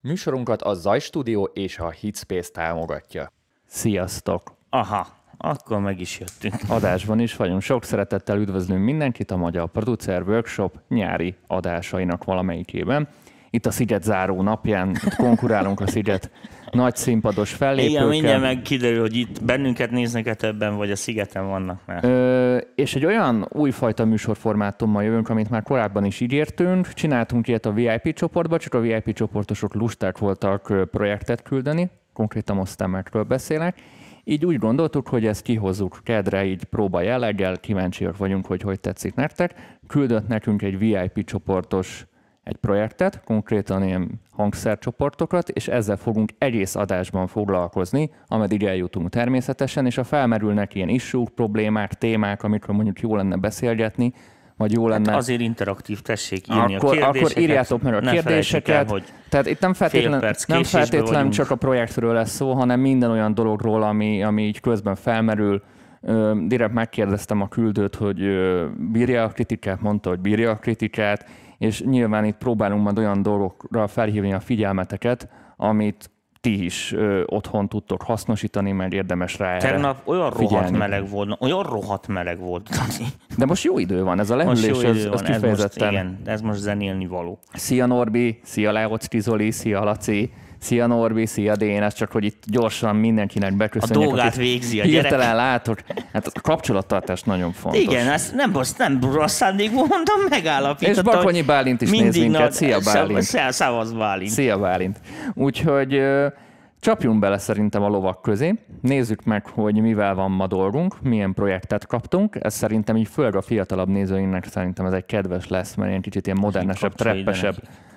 Műsorunkat a Zaj Studio és a Hitspace támogatja. Sziasztok! Aha, akkor meg is jöttünk. Adásban is vagyunk. Sok szeretettel üdvözlünk mindenkit a Magyar Producer Workshop nyári adásainak valamelyikében. Itt a Sziget záró napján konkurálunk a Sziget nagy színpados fellépőkkel. Igen, mindjárt meg kiderül, hogy itt bennünket néznek ebben, vagy a Szigeten vannak már. És egy olyan újfajta műsorformátummal jövünk, amit már korábban is ígértünk. Csináltunk ilyet a VIP csoportba, csak a VIP csoportosok lusták voltak projektet küldeni, konkrétan osztályokról beszélek. Így úgy gondoltuk, hogy ezt kihozzuk kedre, így próba jelleggel, kíváncsiak vagyunk, hogy tetszik nektek. Küldött nekünk egy VIP csoportos egy projektet, konkrétan ilyen hangszercsoportokat, és ezzel fogunk egész adásban foglalkozni, ameddig eljutunk természetesen, és ha felmerülnek ilyen issue, problémák, témák, amikről mondjuk jó lenne beszélgetni, vagy jó lenne... Hát azért interaktív, tessék írni a kérdéseket. Akkor írjátok meg a kérdéseket. El, tehát itt nem feltétlen csak a projektről lesz szó, hanem minden olyan dologról, ami így közben felmerül. Direkt megkérdeztem a küldőt, hogy bírja a kritikát, mondta, hogy bírja a kritikát, és nyilván itt próbálunk majd olyan dolgokra felhívni a figyelmeteket, amit ti is otthon tudtok hasznosítani, mert érdemes rá erre tegnap olyan figyelni. rohadt meleg volt. De most jó idő van, ez a lehűlés, ez kifejezetten. Igen, ez most zenélni való. Szia Norbi, szia Leocki Zoli, szia Laci, szia Norbi, szia Dénes, csak hogy itt gyorsan mindenkinek beköszönjük. A dolgát végzi a gyerek. Hirtelen látok. Hát a kapcsolattartás nagyon fontos. Igen, ezt nem rossz szándékból mondom, megállapítottam. És Bakonyi Bálint is néz minket. Szia Bálint. Szavasz Bálint. Szia Bálint. Úgyhogy csapjunk bele szerintem a lovak közé. Nézzük meg, hogy mivel van ma dolgunk, milyen projektet kaptunk. Ez szerintem így főleg a fiatalabb nézőinknek szerintem ez egy kedves lesz, mert ilyen kicsit ilyen modernesebb, trappesebb,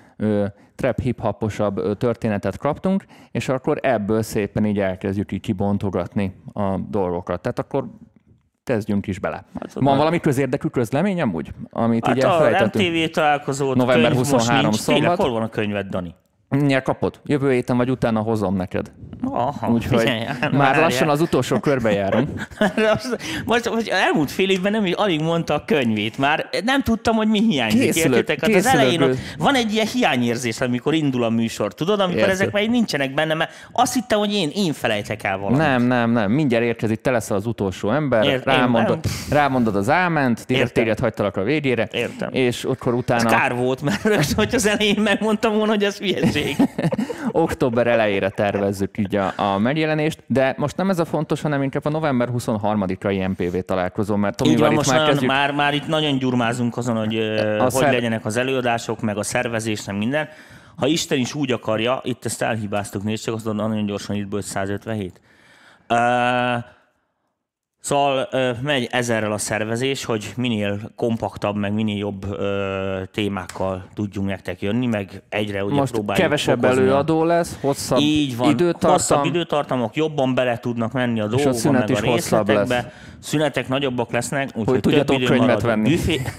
trap hip-hoposabb történetet kaptunk, és akkor ebből szépen így elkezdjük így kibontogatni a dolgokat. Tehát akkor kezdjünk is bele. Van valami közérdekű közlemény amúgy, amit így elfelejtettünk? Hát a MTV találkozót, november 23 szombat. Hol van a könyved, Dani? Ja, kapod. Jövő héten vagy utána hozom neked. Úgyhogy már lassan az utolsó körbe járunk. Most elmúlt fél évben nem is alig mondta a könyvét. Már nem tudtam, hogy mi hiányzik. Értitek? Hát az elején ott van egy ilyen hiányérzés, amikor indul a műsor. Tudod, amikor ezek már nincsenek benne, mert azt hittem, hogy én felejtek el valamit. Nem. Mindjárt érkezik, te leszel az utolsó ember. Rámondod az áment, téged hagytalak a végére. Értem. És akkor utána... Ez kár volt, mert rögtön, hogy az elején megmondtam volna, hogy ez hülyeség. Október elejére tervezzük így a megjelenést, de most nem ez a fontos, hanem inkább a november 23-ai MPV találkozó, mert Tomival itt már kezdjük... Már itt nagyon gyurmázunk azon, hogy legyenek az előadások, meg a szervezés, nem minden. Ha Isten is úgy akarja, itt ezt elhibáztuk, nézd csak, azt nagyon gyorsan itt 557. Szóval megy ezerrel a szervezés, hogy minél kompaktabb, meg minél jobb témákkal tudjunk nektek jönni, meg egyre ugye most próbáljuk kevesebb előadó lesz, hosszabb időtartam. Hosszabb időtartamok, jobban bele tudnak menni a dolgokba, meg a részletekbe. Szünetek nagyobbak lesznek, úgyhogy tudjatok könyvet venni.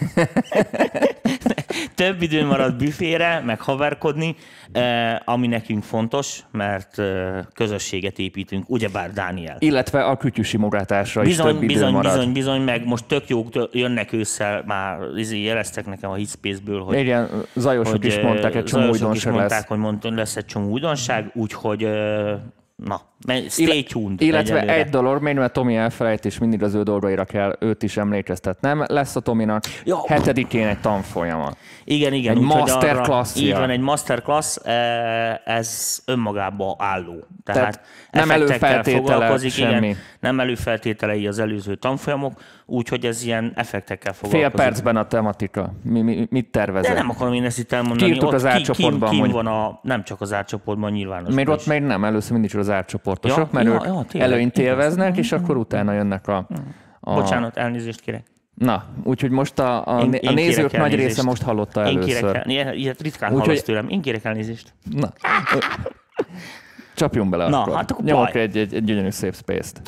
Több idő marad büfére, meg haverkodni, ami nekünk fontos, mert közösséget építünk, ugyebár Dániel. Illetve a kütyűsimogatásra is több idő marad. Bizony, meg most tök jók jönnek ősszel, már jeleztek nekem a Hitspace-ből, hogy... Igen, zajosok is mondták, egy csomó újdonság lesz. Hogy lesz egy csomó újdonság, úgyhogy... Na, stay tuned. Illetve egyelőre. Egy dolog, még mert Tomi elfelejt, és mindig az ő dolgaira kell őt is emlékeztetnem. Lesz a Tominak 7-én egy tanfolyama. Igen. Egy masterclass. Így van, egy masterclass, ez önmagába álló. Tehát nem előfeltétele semmi. Igen, nem előfeltételei az előző tanfolyamok, úgyhogy ez ilyen effektekkel foglalkozik. Fél percben a tematika. Mit tervezel? De nem akarom én ezt itt elmondani. Kiírtuk az átcsoportban. Kim van nem csak az átcsoportban, nyilvános. Még ott még nem, először mindig csak az átcsoportosok, mert ők előnyt élveznek, és akkor utána jönnek a... Bocsánat, elnézést kérek. Na, úgyhogy most a nézők nagy része most hallotta először. Ilyet ritkán hallasz tőlem. Én kérek elnézést. Na, csapjunk bele akkor. Hát akkor nyomok egy gyönyörű szép space-t.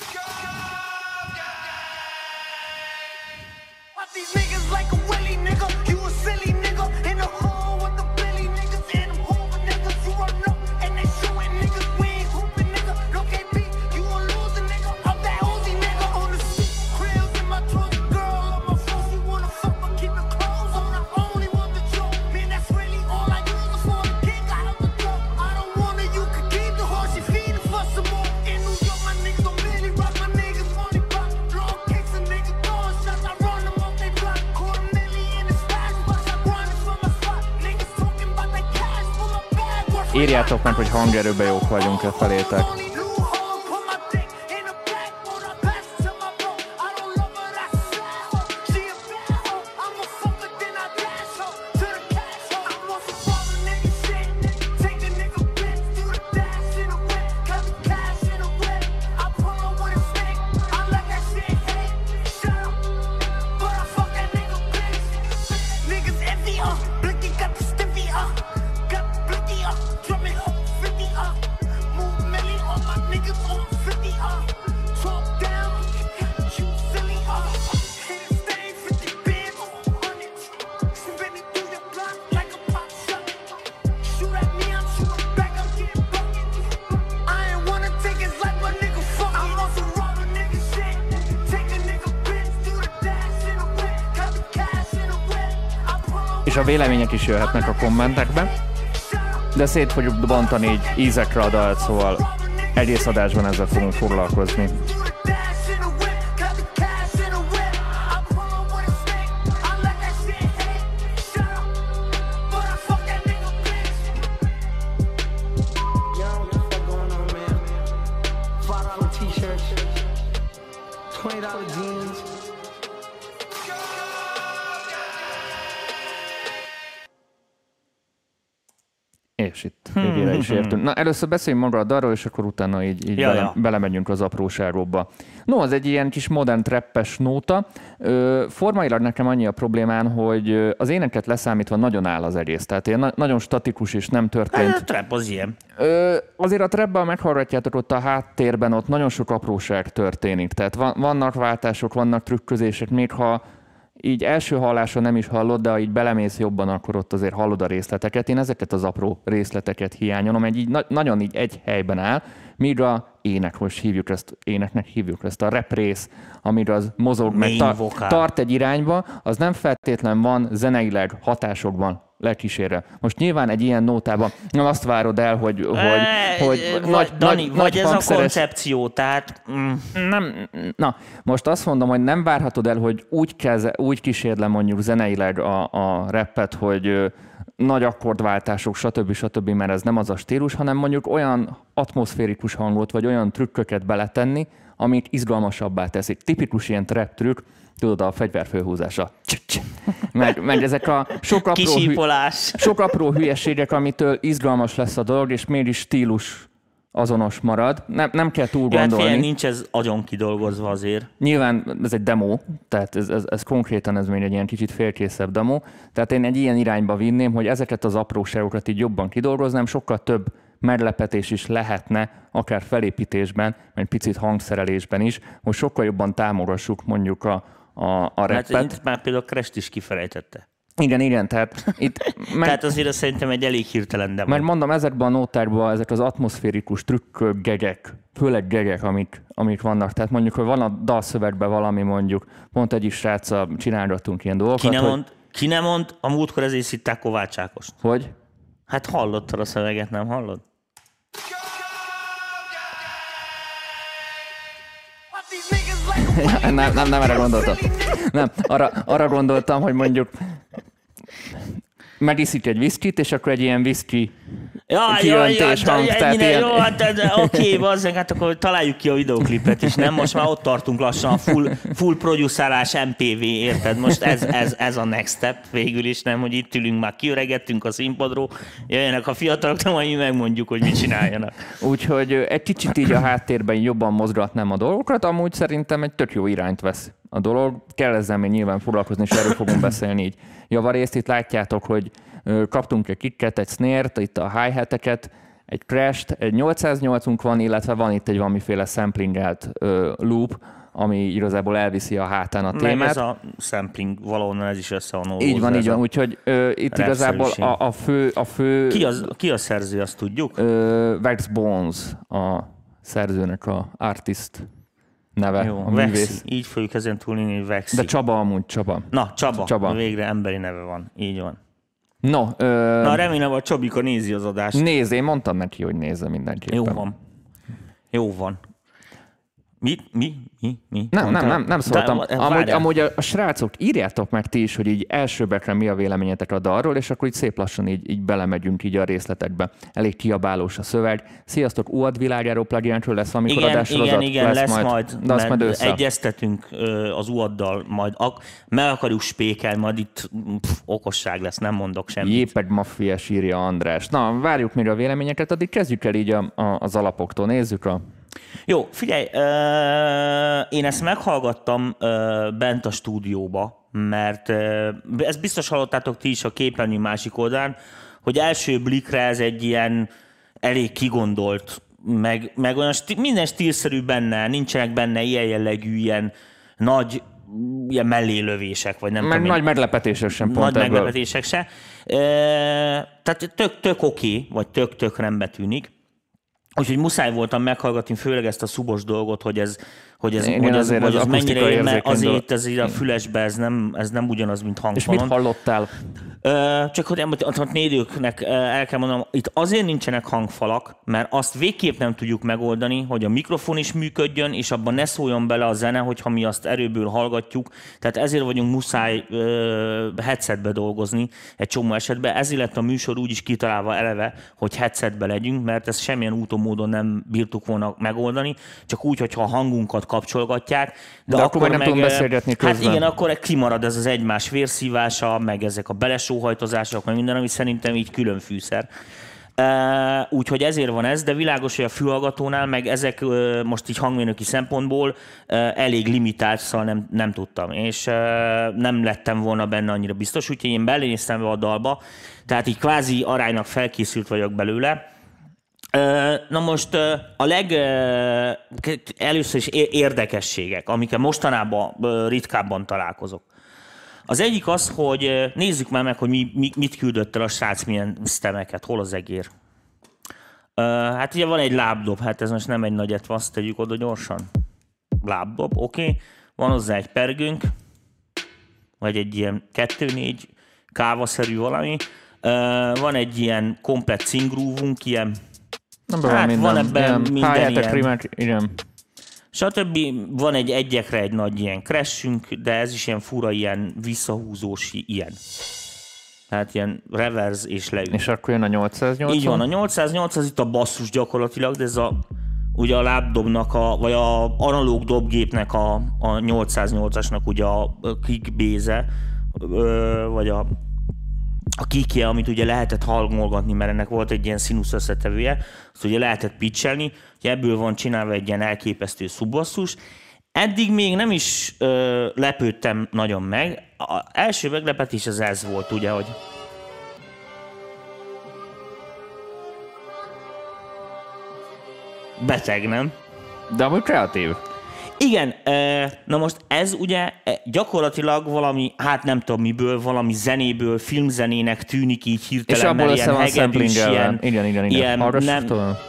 írjátok meg, hogy hangerőben jók vagyunk-e felétek. És a vélemények is jöhetnek a kommentekbe. De szét fogjuk bontani így ízekre a dalt, szóval egész adásban ezzel fogunk foglalkozni. És itt végére is értünk. Na, először beszéljünk maga a dalról, és akkor utána így belemegyünk az apróságokba. No, az egy ilyen kis modern trappes nóta. Formailag nekem annyi a problémán, hogy az éneket leszámítva nagyon áll az egész. Tehát ilyen nagyon statikus és nem történt. A trap az ilyen. Azért a trapben meghallgatjátok ott a háttérben, ott nagyon sok apróság történik. Tehát vannak váltások, vannak trükközések, még ha így első hallásra nem is hallod, de ha így belemész jobban, akkor ott azért hallod a részleteket. Én ezeket az apró részleteket hiányolom, nagyon így egy helyben áll, míg a ének, most hívjuk ezt, éneknek hívjuk ezt, a rap rész, amíg az mozog, meg tart egy irányba, az nem feltétlen van zeneileg hatásokban lekísérve. Most nyilván egy ilyen nótában nem azt várod el, hogy Dani, vagy ez a koncepció, tehát... Nem, na, most azt mondom, hogy nem várhatod el, hogy úgy kísérle mondjuk zeneileg a rappet, hogy nagy akkordváltások, stb., mert ez nem az a stílus, hanem mondjuk olyan atmoszférikus hangot, vagy olyan trükköket beletenni, amik izgalmasabbá teszik. Tipikus ilyen trap trükk, tudod, a fegyverfölhúzása. Meg ezek a sok apró hülyeségek, amitől izgalmas lesz a dolog, és mégis stílus azonos marad. Nem kell túl gondolni. Hát nincs ez agyon kidolgozva azért. Nyilván ez egy demo, tehát ez konkrétan ez még egy ilyen kicsit félkészebb demo. Tehát én egy ilyen irányba vinném, hogy ezeket az apróságokat így jobban kidolgoznám, sokkal több meglepetés is lehetne, akár felépítésben, vagy picit hangszerelésben is, hogy sokkal jobban támogassuk mondjuk a rappet. Hát itt már például Crest is kifelejtette. Igen, tehát itt... Tehát azért szerintem egy elég hirtelen demo. Mert mondom, ezekben a nótákban ezek az atmoszférikus trükkök, gegek, főleg gegek, amik vannak. Tehát mondjuk, hogy van a dalszövegben valami mondjuk, pont egy is sráccal csinálgatunk ilyen dolgokat. Ki nem mond, a múltkor ezért szitták Kovács Ákost. Hogy? Hát hallottad a szöveget, nem hallod? Nem erre gondoltam. Nem, arra gondoltam, hogy mondjuk megiszik egy viszkit, és akkor egy ilyen viszki kijöntés hang. Jó, hát oké, bazzeg, hát akkor találjuk ki a videóklipet is, nem? Most már ott tartunk lassan a full producálás MPV, érted? Most ez a next step végül is, nem? Hogy itt ülünk, már kiöregettünk a színpadról, jöjjenek a fiatalok, nem, hogy mi megmondjuk, hogy mit csináljanak. Úgyhogy egy kicsit így a háttérben jobban mozgatnám a dolgokat, amúgy szerintem egy tök jó irányt vesz a dolog. Kell ezzel még nyilván foglalkozni, és erről fogunk beszélni így. Javarészt itt látjátok, hogy kaptunk egy kicket, egy snare-t, itt a hi-hateket, egy crash-t, egy 808-unk van, illetve van itt egy valamiféle samplingelt loop, ami igazából elviszi a hátán a témát. Meg ez a sampling, valahonnan ez is össze van olvozva. Így van, úgyhogy itt igazából a fő... Ki a szerző, azt tudjuk? Wax Bones a szerzőnek a artist neve, jó, a művész. Így fogjuk ezen túlni, hogy Vexi. De Csaba amúgy, Csaba. Na, Csaba. Végre emberi neve van. Így van. No, na, remélem, hogy Csabika nézi az adást. Én mondtam neki, hogy nézze mindenképpen. Jó van. Mi? Nem szóltam. Amúgy a srácok, írjátok meg ti is, hogy így elsőbekre mi a véleményetek a dalról, és akkor így szép lassan így belemegyünk így a részletekbe. Elég kiabálós a szöveg. Sziasztok, UAD világjáról plagiántról lesz valamikor adássorozat? Igen, lesz majd. De azt majd egyeztetünk az UAD-dal, majd meg akarjuk spékelni, majd itt okosság lesz, nem mondok semmit. Jépeg maffiás, írja András. Na, várjuk még a véleményeket, addig kezdjük el így az alapoktól. Nézzük Jó, figyelj, én ezt meghallgattam bent a stúdióba, mert ezt biztos hallottátok ti is a képernyő másik oldalán, hogy első blikre ez egy ilyen elég kigondolt, meg olyan minden stílszerű benne, nincsenek benne ilyen jellegű, ilyen nagy ilyen mellélövések, vagy nem tudom. Nagy meglepetések sem pont nagy ebből. Meglepetések se. Tehát tök oké, vagy tök rendbe tűnik. Úgyhogy muszáj voltam meghallgatni főleg ezt a szubos dolgot, hogy ez mennyire ér, mert azért ez a fülesbe ez nem ugyanaz, mint hangfalon. És mit hallottál? Csak hogy a nézőknek el kell mondanom, itt azért nincsenek hangfalak, mert azt végképp nem tudjuk megoldani, hogy a mikrofon is működjön, és abban ne szóljon bele a zene, hogyha mi azt erőből hallgatjuk. Tehát ezért vagyunk muszáj headsetbe dolgozni egy csomó esetben. Ezért lett a műsor úgy is kitalálva eleve, hogy headsetbe legyünk, mert ezt semmilyen úton módon nem bírtuk volna megoldani, csak úgy, hogyha a hangunkat kapcsolgatják. De akkor nem tudunk beszélgetni közben. Hát igen, akkor kimarad ez az egymás vérszívása, meg ezek a belesóhajtozások, meg minden, ami szerintem így külön fűszer. Úgyhogy ezért van ez, de világos, hogy a fülhallgatónál, meg ezek most így hangmérnöki szempontból elég limitált, szóval nem tudtam, és nem lettem volna benne annyira biztos, úgyhogy én belénéztem be a dalba, tehát így kvázi aránynak felkészült vagyok belőle. Na most először is érdekességek, amikkel mostanában ritkábban találkozok. Az egyik az, hogy nézzük már meg, hogy mit küldött el a srác, milyen sztemeket, hol az egér. Hát ugye van egy lábdob, hát ez most nem egy nagy etvasz, tegyük oda gyorsan. Lábdob, oké. Van hozzá egy pergőnk, vagy egy ilyen 2-4 kávaszerű valami. Van egy ilyen komplett szinggrúvunk, ilyen. Hát van ebben minden ilyen. Stb. Van egy egyekre egy nagy ilyen crashünk, de ez is ilyen fura, ilyen visszahúzós ilyen. Tehát ilyen reverse és leül. És akkor jön a 880? Így van, a 808 az itt a basszus gyakorlatilag, de ez ugye a lábdobnak, vagy a analóg dobgépnek a 808-asnak ugye a kick base-e, vagy a kickje, amit ugye lehetett hangolgatni, mert ennek volt egy ilyen színusz összetevője, azt ugye lehetett pitchelni, hogy ebből van csinálva egy ilyen elképesztő szubbasszus. Eddig még nem is lepődtem nagyon meg. Az első meglepetés az ez volt, ugye, hogy beteg, nem? De amúgy kreatív. Igen, na most ez ugye gyakorlatilag valami, hát nem tudom miből, valami zenéből, filmzenének tűnik így hirtelen, mert ilyen hegedűs, ilyen nem...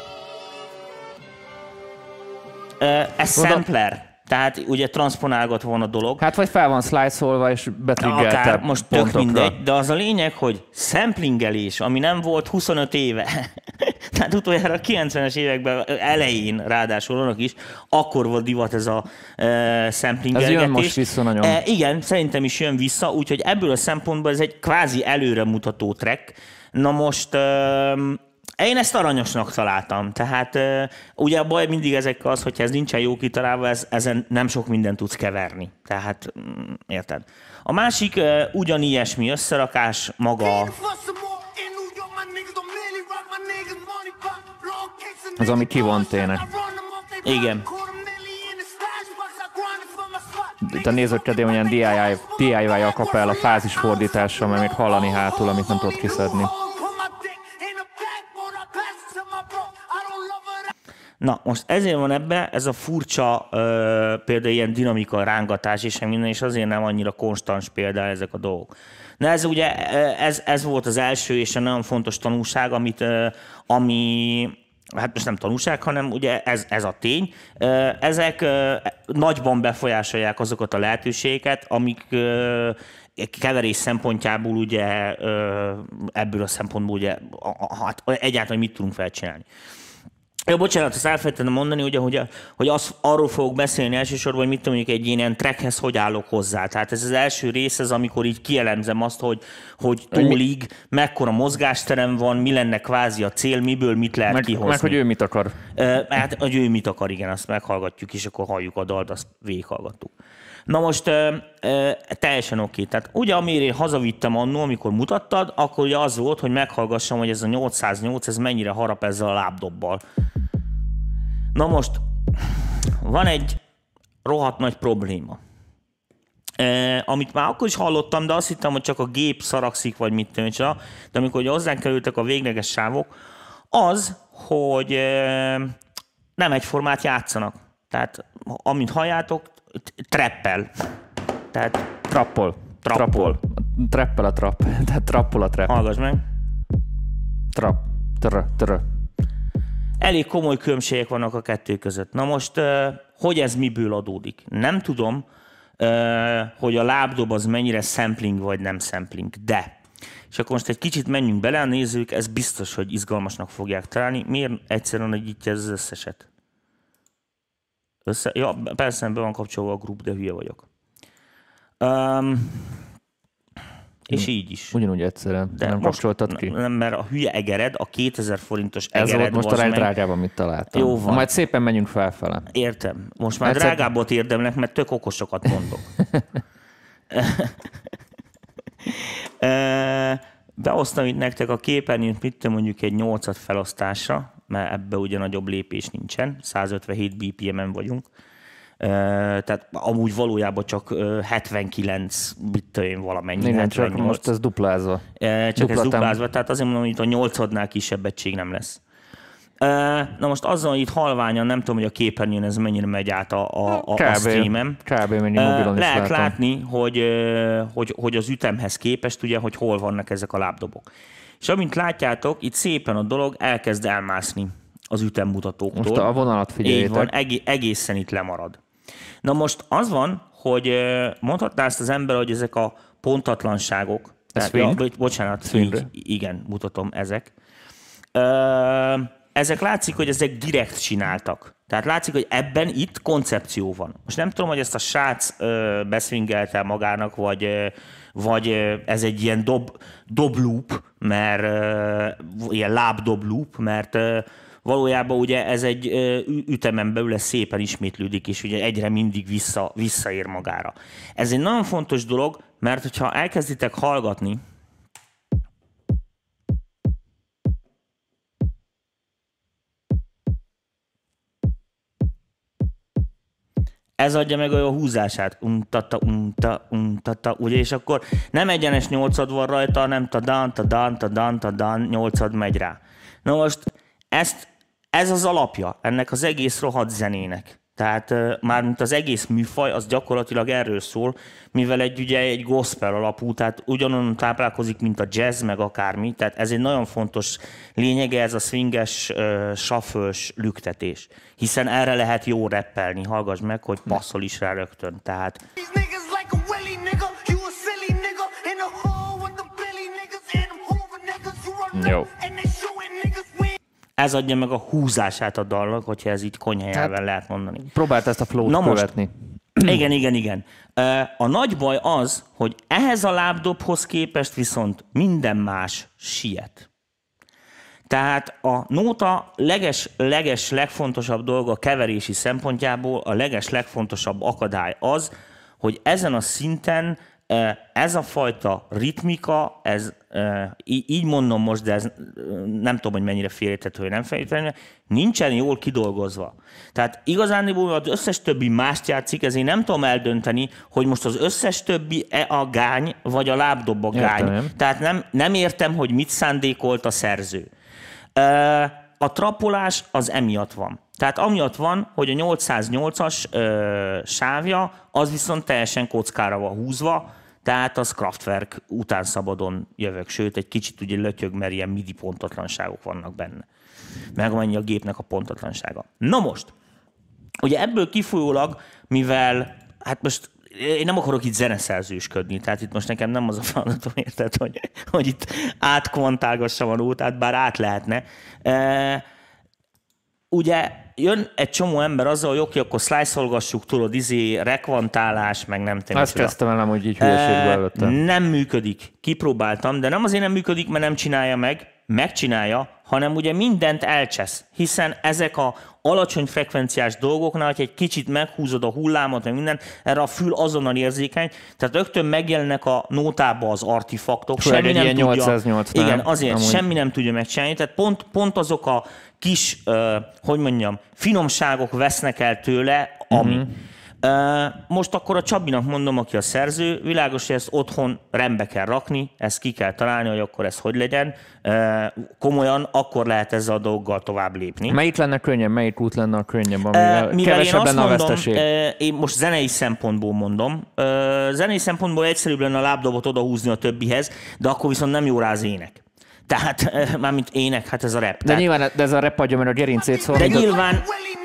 Ez sampler. Tehát ugye transponálgat volna a dolog. Hát vagy fel van slice-olva és betriggelte akár, most tök mindegy, de az a lényeg, hogy samplingelés, ami nem volt 25 éve, tehát utoljára a 90-es években elején ráadásul annak is, akkor volt divat ez a samplingelgetés. Ez jön most vissza nagyon. Igen, szerintem is jön vissza, úgyhogy ebből a szempontból ez egy kvázi előremutató track. Na most... Én ezt aranyosnak találtam, tehát ugye a baj mindig ezekkel az, hogyha ez nincsen jó kitalálva, ezen nem sok mindent tudsz keverni, tehát érted. A másik ugyanilyesmi összerakás maga... Az, ami kivont tényleg. Igen. Itt a nézőkedém olyan DIY-jal kap el a fázisfordítással, mert még hallani hátul, amit nem tudod kiszedni. Na, most ezért van ebbe ez a furcsa például ilyen dinamika, rángatás és minden, és azért nem annyira konstans például ezek a dolgok. Na ez ugye, ez volt az első és egy nagyon fontos tanulság, ami hát most nem tanulság, hanem ugye ez a tény. Ezek nagyban befolyásolják azokat a lehetőségeket, amik keverés szempontjából ugye ebből a szempontból ugye hát egyáltalán mit tudunk felcsinálni. Jó, bocsánat, azt elfelejtettem mondani, ugye, hogy arról fogok beszélni elsősorban, hogy mit mondjuk egy ilyen trackhez hogy állok hozzá. Tehát ez az első rész, ez amikor így kielemzem azt, hogy tólig, mekkora mozgásterem van, mi lenne kvázi a cél, miből mit lehet kihozni. Meg hogy ő mit akar. Hát, hogy ő mit akar, igen, azt meghallgatjuk, és akkor halljuk a dalt, azt végighallgattuk. Na most teljesen oké. Tehát ugye amire én hazavittem annól, amikor mutattad, akkor ugye az volt, hogy meghallgassam, hogy ez a 808, ez mennyire harap ezzel a lábdobbal. Na most van egy rohadt nagy probléma. Amit már akkor is hallottam, de azt hittem, hogy csak a gép szaragszik, vagy mit tűncsa, de amikor ugye hozzánk kerültek a végleges sávok, az, hogy nem egyformát játszanak. Tehát amint halljátok, trappel. Tehát trappol. Trappel a trapp. Tehát trappol a trapp. Hallgass meg. Tr. Elég komoly különbségek vannak a kettő között. Na most, hogy ez miből adódik? Nem tudom, hogy a lábdob az mennyire sampling vagy nem sampling, de. És akkor most egy kicsit menjünk bele, a nézők, ez biztos, hogy izgalmasnak fogják találni. Miért egyszerűen nagyítja ez az összeset? Ja, persze be van kapcsolva a grup, de hülye vagyok. És így is. Ugyanúgy egyszerűen. De nem kapcsoltad ki? Nem, mert a hülye egered, a 2000 forintos egered. Ez volt most a drágában, amit találtam. Jó van. Majd szépen menjünk felfele. Értem. Most már drágábbat érdemlek, mert tök okosokat mondok. Beosztam itt nektek a képernyőt, mit mondjuk egy 8-at felosztásra, mert ebbe ugye nagyobb lépés nincsen. 157 BPM-en vagyunk. Tehát amúgy valójában csak 79, mit tudom valamennyi. Igen, csak most ez duplázva. Csak ez duplázva, tehát azért mondom, hogy itt a 8-adnál kisebb egység nem lesz. Na most azzal, hogy itt halványan, nem tudom, hogy a képernyőn ez mennyire megy át a streamem. Kb. Mennyi mobilon is lehet látni, hogy az ütemhez képest, ugye, hogy hol vannak ezek a lábdobok. És amint látjátok, itt szépen a dolog elkezd elmászni az ütemmutatóktól. Most a vonalat figyeljétek. Így van, egészen itt lemarad. Na most az van, hogy mondhatná ezt az ember, hogy ezek a pontatlanságok. Bocsánat, igen, mutatom ezek. Ezek látszik, hogy ezek direkt csináltak. Tehát látszik, hogy ebben itt koncepció van. Most nem tudom, hogy ezt a srác beszwingelte magának, vagy ez egy ilyen dob loop, mert ilyen lábdob loop, mert valójában ugye ez egy ütemen belül szépen ismétlődik, és ugye egyre mindig visszaér magára. Ez egy nagyon fontos dolog, mert hogyha elkezditek hallgatni, ez adja meg a húzását. Untata, ugye, és akkor nem egyenes 8-ad van rajta, hanem tadán, 8-ad megy rá. Na most ez az alapja ennek az egész rohadt zenének. Tehát mármint az egész műfaj, az gyakorlatilag erről szól, mivel egy gospel alapú, tehát ugyanolyan táplálkozik, mint a jazz, meg akármi. Tehát ez egy nagyon fontos lényege, ez a swinges, shuffle-s lüktetés. Hiszen erre lehet jó rappelni, hallgass meg, hogy passzol is rá rögtön. Tehát... Jó. Ez adja meg a húzását a dalnak, hogyha ez így konyhajelven lehet mondani. Próbáld ezt a flow-t követni. Igen. A nagy baj az, hogy ehhez a lábdobhoz képest viszont minden más siet. Tehát a nóta legfontosabb dolga a keverési szempontjából, a legfontosabb akadály az, hogy ezen a szinten ez a fajta ritmika, ez, így mondom most, de ez nem tudom, hogy mennyire félreérthető, vagy nem félreérthető, nincsen jól kidolgozva. Tehát igazándiból az összes többi mást játszik, ezért nem tudom eldönteni, hogy most az összes többi a gány, vagy a lábdob a gány. Értem. Tehát nem értem, hogy mit szándékolt a szerző. A trappolás az emiatt van. Tehát amiatt van, hogy a 808-as sávja, az viszont teljesen kockára van húzva, tehát az Kraftwerk után szabadon jövök, sőt egy kicsit ugye lötyög, mert ilyen midi pontatlanságok vannak benne. Meg amennyi a gépnek a pontatlansága. Na most, ugye ebből kifolyólag, mivel, hát most én nem akarok itt zeneszerzősködni, tehát itt most nekem nem az a feladatom, érted, hogy itt átkvantálgassam a nótát, bár át lehetne. ugye jön egy csomó ember azzal, hogy oké, akkor slice-olgassuk, tudod, rekvantálás, meg nem tudom. Azt kezdtem el, hogy így hülyeségbe előttem. Nem működik. Kipróbáltam, de nem azért nem működik, mert nem csinálja meg, megcsinálja, hanem ugye mindent elcsesz, hiszen ezek a alacsony frekvenciás dolgoknál, hogy egy kicsit meghúzod a hullámot, meg minden, erre a fül azonnal érzékeny, tehát rögtön megjelennek a nótába az artefaktok, semmi nem tudja. 808, igen, azért semmi nem tudja megcsinálni, tehát pont azok a kis, finomságok vesznek el tőle, ami. Most akkor a Csabinak mondom, aki a szerző, világos, hogy ezt otthon rendbe kell rakni, ezt ki kell találni, hogy akkor ez hogy legyen. Komolyan akkor lehet ezzel a dolggal tovább lépni. Melyik lenne könnyebb, melyik út lenne a könnyebb, amivel kevesebb lenne a veszteség? Én most zenei szempontból mondom. Zenei szempontból egyszerűbb lenne a lábdobot odahúzni a többihez, de akkor viszont nem jó rá az ének. Tehát, mármint ének, hát ez a rap. De nyilván ez a rap adja, mert a gerincét szól. De nyilván...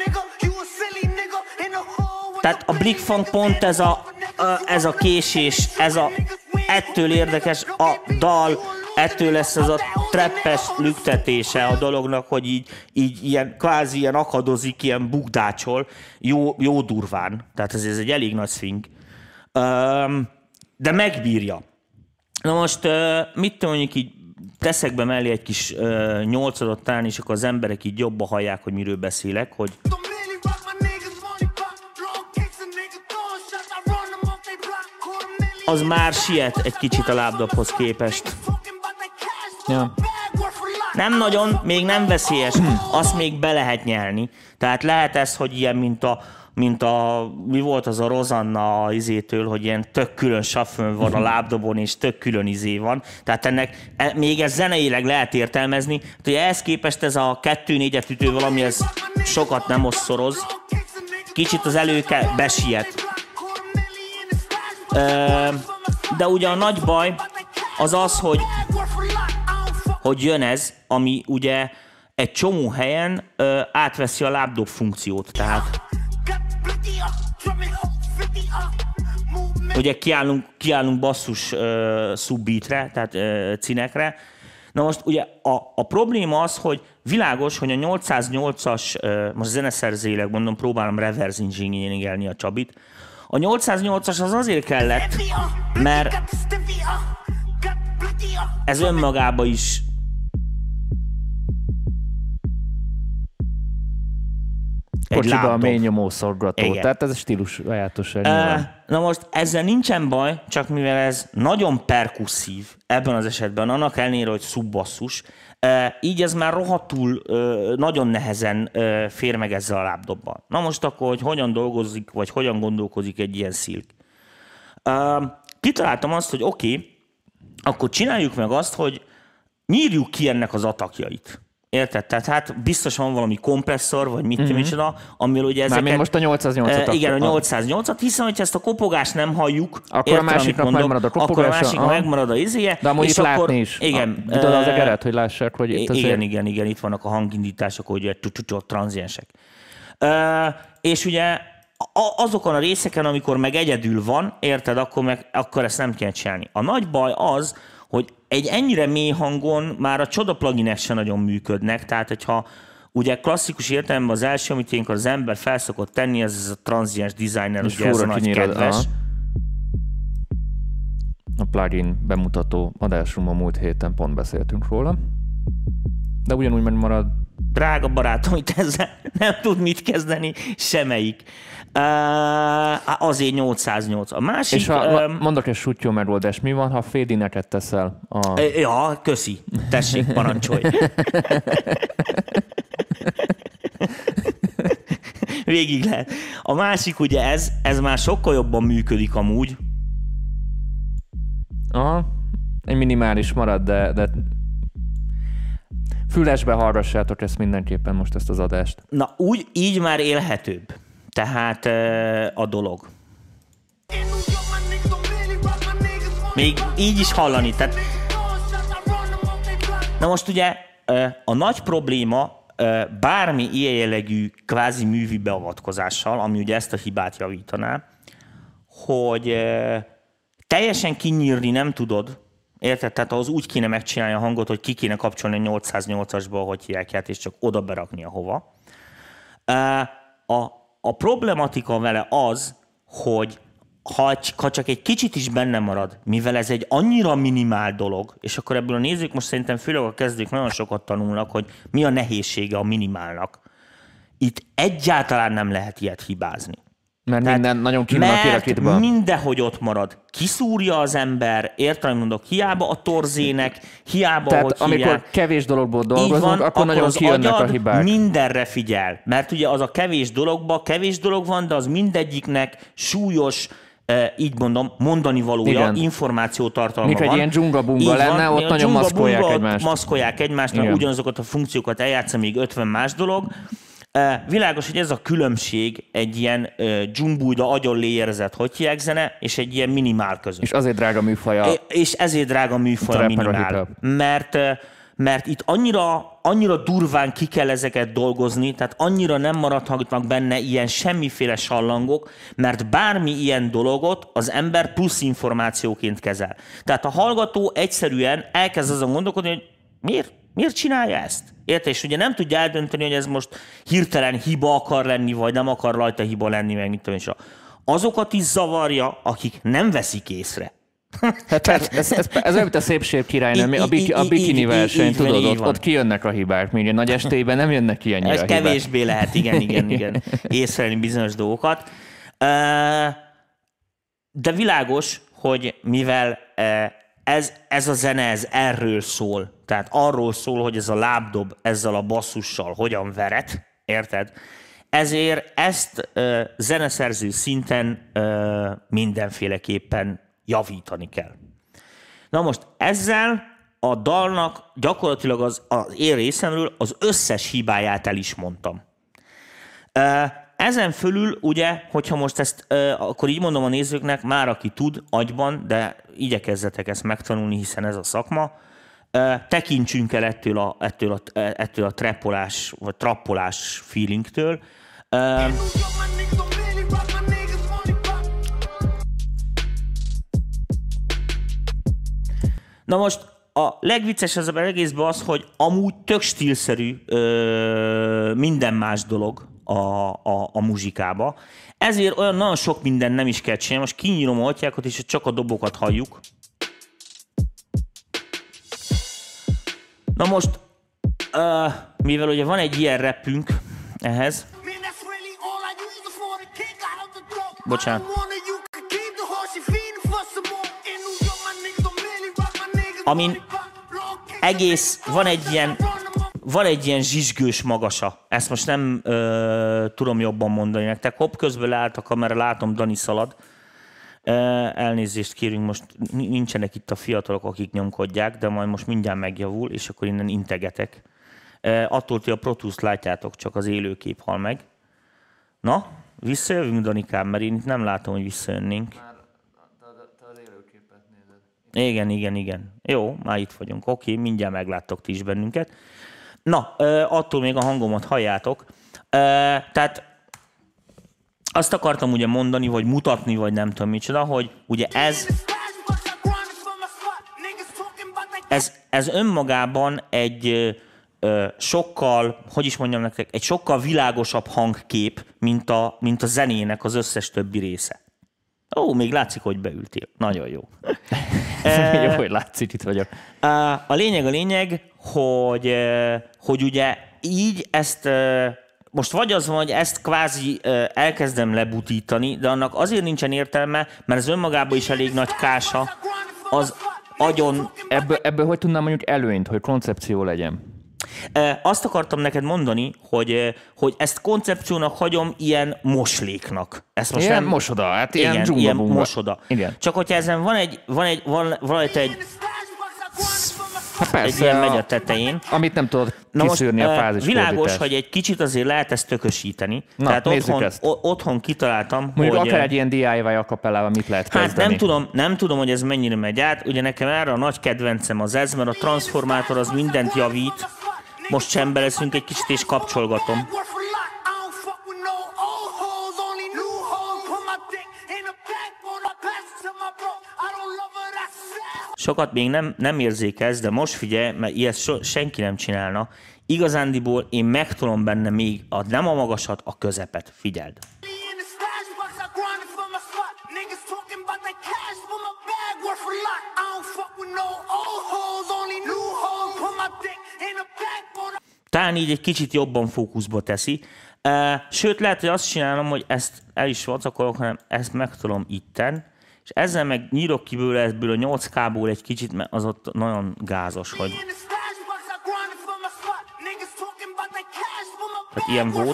Tehát a Blik Funk pont ez a késés, ettől érdekes a dal, ettől lesz ez a trappes lüktetése a dolognak, hogy így ilyen, kvázi ilyen akadozik, ilyen bukdácsol, jó durván. Tehát ez egy elég nagy swing. De megbírja. Na most, mit mondjuk így, teszek be mellé egy kis nyolcadat talán, és akkor az emberek így jobban hallják, hogy miről beszélek, hogy az már siet egy kicsit a lábdobhoz képest. Ja. Nem nagyon, még nem veszélyes, azt még be lehet nyelni. Tehát lehet ez, hogy ilyen, mint a mi volt az a Rosanna izétől, hogy ilyen tök külön shuffle van a lábdobon, és tök külön izé van. Tehát ennek még ez zeneileg lehet értelmezni. Hát, ehhez képest ez a 2-4-et ütő valami, ez sokat nem osszoroz. Kicsit az előke besiet. De ugye a nagy baj az az, hogy jön ez, ami ugye egy csomó helyen átveszi a lábdob funkciót. Tehát ugye kiállunk basszus subbeatre, tehát cinekre. Na most ugye a probléma az, hogy világos, hogy a 808-as, most zeneszerzőileg mondom, próbálom reverse engineering-elni a Csabit. A 808-as az azért kellett, mert ez önmagában is kocsiba a mély nyomószorgató. Tehát ez a stílus sajátos. Na most ezzel nincsen baj, csak mivel ez nagyon perkusszív ebben az esetben, annak ellenére, hogy szubbasszus, így ez már rohadtul nagyon nehezen fér meg ezzel a lábdobbal. Na most akkor, hogy hogyan dolgozik, vagy hogyan gondolkozik egy ilyen Silk. Kitaláltam azt, hogy oké, akkor csináljuk meg azt, hogy nyírjuk ki ennek az atakjait. Érted? Tehát hát biztos van valami kompresszor, vagy mit micsoda, amivel ugye ezeket... Mármint most a 808-at. Igen, a 808-at, hiszen hogyha ezt a kopogást nem halljuk, akkor a másiknak megmarad a kopogás. Akkor a másiknak megmarad a izéje. De amúgy itt akkor, látni is. Igen. Tudod az egeret, hogy lássák, hogy itt azért... Igen, itt vannak a hangindítások, hogy ugye tranziensek. És ugye azokon a részeken, amikor meg egyedül van, érted, akkor ezt nem kell csinálni. A nagy baj az, hogy egy ennyire mély hangon már a csoda pluginek sem nagyon működnek, tehát hogyha ugye klasszikus értelemben az első, amit ilyenkor az ember felszokott tenni, ez a transiens designer, ugye ez a nagy kedves. A plugin bemutató adásunkban múlt héten pont beszéltünk róla, de ugyanúgy megmarad. Drága barátom, itt ezzel nem tud mit kezdeni semmelyik. Azért 808. A másik... És mondok egy sutyó megoldást, mi van, ha fade-ineket teszel? Ja, köszi. Tessék, parancsolj. Végig lehet. A másik ugye ez már sokkal jobban működik amúgy. Aha, egy minimális marad, de fülesbe hallgassátok ezt mindenképpen most ezt az adást. Na, így már élhetőbb. Tehát a dolog. Még így is hallani. Tehát... Na most ugye a nagy probléma bármi ilyen jellegű kvázi művi beavatkozással, ami ugye ezt a hibát javítaná, hogy teljesen kinyírni nem tudod, érted? Tehát az úgy kéne megcsinálni a hangot, hogy ki kéne kapcsolni a 808-asba, hogy hívják át, és csak oda berakni ahova. A problematika vele az, hogy ha csak egy kicsit is benne marad, mivel ez egy annyira minimál dolog, és akkor ebből a nézők most szerintem főleg a kezdők nagyon sokat tanulnak, hogy mi a nehézsége a minimálnak. Itt egyáltalán nem lehet ilyet hibázni. Mert minden nagyon ki van kirakítva. Mert mindenhogy ott marad. Kiszúrja az ember, értem, mondok, hiába a torzének, hiába, tehát, hogy amikor hívják. kevés dologból dolgozunk, van, akkor nagyon kijönnek a hibák. Mindenre figyel. Mert ugye az a kevés dolog van, de az mindegyiknek súlyos, így mondom, mondani valója, információtartalma van. Mikor egy ilyen dzsunga-bunga lenne, ott nagyon maszkolják egymást, mert ugyanazokat a funkciókat eljátsza még 50 más dolog. Világos, hogy ez a különbség egy ilyen dzsumbújda, agyonléjerzett zene, és egy ilyen minimál között. És azért drága műfaja. És ezért drága műfaja minimál. Mert itt annyira durván ki kell ezeket dolgozni, tehát annyira nem maradhatnak benne ilyen semmiféle sallangok, mert bármi ilyen dologot az ember plusz információként kezel. Tehát a hallgató egyszerűen elkezd azon gondolkodni, hogy miért csinálja ezt? Érted? És ugye nem tudja eldönteni, hogy ez most hirtelen hiba akar lenni, vagy nem akar rajta hiba lenni, meg mit tudom, és azokat is zavarja, akik nem veszik észre. Hát ez olyan, mint a Szépség királynő, a bikini verseny, tudod, ott kijönnek a hibák, még a nagy estében nem jönnek ki ennyire a hibák. Kevésbé lehet, igen, észrevenni bizonyos dolgokat. De világos, hogy mivel ez a zene, ez erről szól, tehát arról szól, hogy ez a lábdob ezzel a basszussal hogyan veret, érted? Ezért ezt zeneszerző szinten mindenféleképpen javítani kell. Na most ezzel a dalnak gyakorlatilag az én részemről az összes hibáját el is mondtam. Ezen fölül ugye, hogyha most ezt, akkor így mondom a nézőknek, már aki tud agyban, de igyekezzetek ezt megtanulni, hiszen ez a szakma, tekintsünk el ettől a trappolás, vagy trappolás feelingtől. Na most a legvicces az egészben az, hogy amúgy tök stílszerű minden más dolog a muzsikába. Ezért olyan nagyon sok minden nem is kell csinálni. Most kinyírom a atyákat, és csak a dobokat halljuk. Na most, mivel ugye van egy ilyen rappünk ehhez. Bocsánat. Amin egész, van egy ilyen zsizsgős magasa. Ezt most nem tudom jobban mondani nektek. Hopp, közben leállt a kamera, látom, Dani szalad. Elnézést kérünk, most nincsenek itt a fiatalok, akik nyomkodják, de majd most mindjárt megjavul, és akkor innen integetek. Attól, hogy a Pro Tools látjátok, csak az élőkép hal meg. Na, visszajövünk, Danikám, mert én itt nem látom, hogy visszajönnénk. Te az élőképet nézed. Igen. Jó, már itt vagyunk. Oké, mindjárt megláttok ti is bennünket. Na, attól még a hangomat halljátok. Tehát azt akartam ugye mondani, vagy mutatni, vagy nem tudom micsoda, hogy ugye ez önmagában egy sokkal, hogy is mondjam nektek, egy sokkal világosabb hangkép, mint a zenének az összes többi része. Ó, még látszik, hogy beültél. Nagyon jó. Jó, hogy látszik, itt vagyok. A lényeg, hogy ugye így ezt... Most vagy az van, hogy ezt kvázi elkezdem lebutítani, de annak azért nincsen értelme, mert az önmagában is elég nagy kása az agyon... Ebből hogy tudnám mondjuk előnyt, hogy koncepció legyen? Azt akartam neked mondani, hogy ezt koncepciónak hagyom ilyen mosléknak. Ezt most ilyen nem... mosoda, hát ilyen mosoda. Igen. Csak hogyha ezen van egy hát persze, egy ilyen megy a tetején. Amit nem tudod kiszűrni a fázisfordítás. Világos, hogy egy kicsit azért lehet ezt tökösíteni. Na, tehát otthon kitaláltam, mondjuk hogy... akár egy ilyen DIY akapellával mit lehet kezdeni? Hát nem tudom, hogy ez mennyire megy át. Ugye nekem erre a nagy kedvencem az ez, mert a transformátor az mindent javít. Most csembe leszünk egy kicsit és kapcsolgatom. sokat még nem érzékelsz, de most figyelj, mert ilyet senki nem csinálna. Igazándiból én megtolom benne még nem a magasat, a közepet. Figyeld! Talán így egy kicsit jobban fókuszba teszi. Sőt, lehet, hogy azt csinálom, hogy ezt el is vacakolok, hanem ezt megtolom itten, és ezzel meg nyírok ki bőle ebből a 8K-ból egy kicsit, mert az ott nagyon gázos, hogy... Tehát ilyen volt.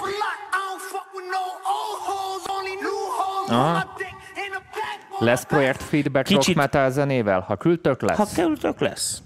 Aha. Lesz projekt feedback rock metal zenével? Ha küldtök, lesz? Ha küldtök, lesz.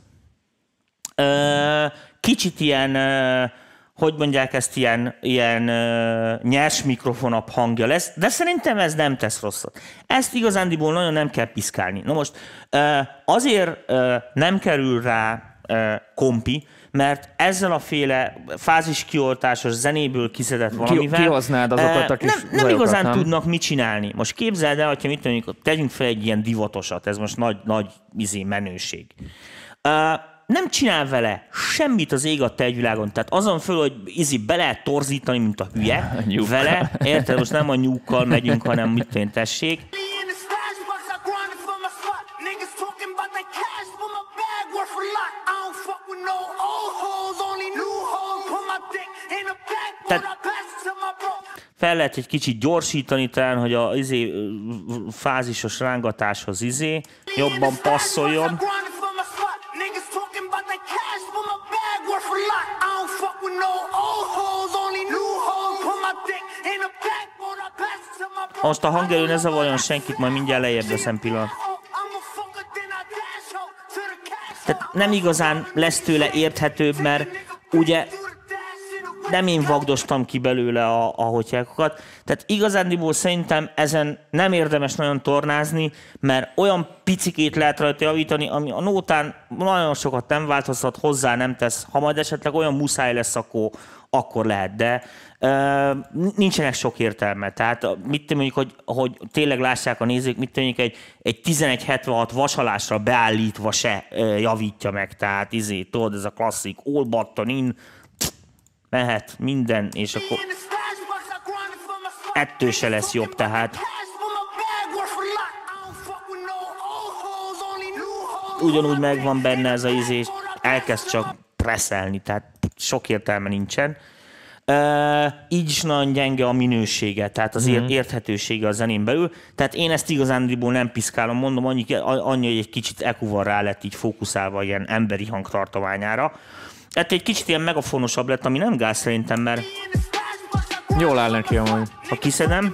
Kicsit ilyen, hogy mondják ezt, ilyen nyers mikrofonabb hangja lesz, de szerintem ez nem tesz rosszat. Ezt igazándiból nagyon nem kell piszkálni. Na most azért nem kerül rá kompi, mert ezzel a féle fáziskioltásos zenéből kiszedett valamivel kihoznád azokat a kis nem igazán tudnak mit csinálni. Most képzeld el, hogyha mit mondjuk, tegyünk fel egy ilyen divatosat, ez most nagy menőség. Nem csinál vele semmit az ég a tejvilágon, tehát azon föl, hogy be lehet torzítani, mint a hülye vele, érted? Most nem a nyúkkal megyünk, hanem mit tudom, tessék. Tehát fel lehet egy kicsit gyorsítani talán, hogy a fázisos rángatáshoz jobban passzoljon. Most a hangerő ne zavarjon senkit, majd mindjárt lejjebb leszem pillanat. Tehát nem igazán lesz tőle érthetőbb, mert ugye nem én vagdostam ki belőle a hotyákokat. Tehát igazándiból szerintem ezen nem érdemes nagyon tornázni, mert olyan picikét lehet rajta javítani, ami a nótán nagyon sokat nem változtat, hozzá nem tesz. Ha majd esetleg olyan muszáj lesz, akkor lehet, de nincsenek sok értelme. Tehát mit mondjuk, hogy tényleg lássák a nézők, mit mondjuk egy 1176 vasalásra beállítva se javítja meg. Tehát tudod, ez a klasszik all button in, mehet minden, és akkor ettől se lesz jobb, tehát ugyanúgy megvan benne ez a és elkezd csak presszelni, tehát sok értelme nincsen. Így is nagyon gyenge a minősége, tehát az érthetősége a zenén belül, tehát én ezt igazándiból nem piszkálom, mondom, annyi, hogy egy kicsit EQ-val rá lett így fókuszálva ilyen emberi hangtartományára. Hát egy kicsit ilyen megafonosabb lett, ami nem gáz szerintem, mert... Jól áll neki amúgy. Ha kiszedem...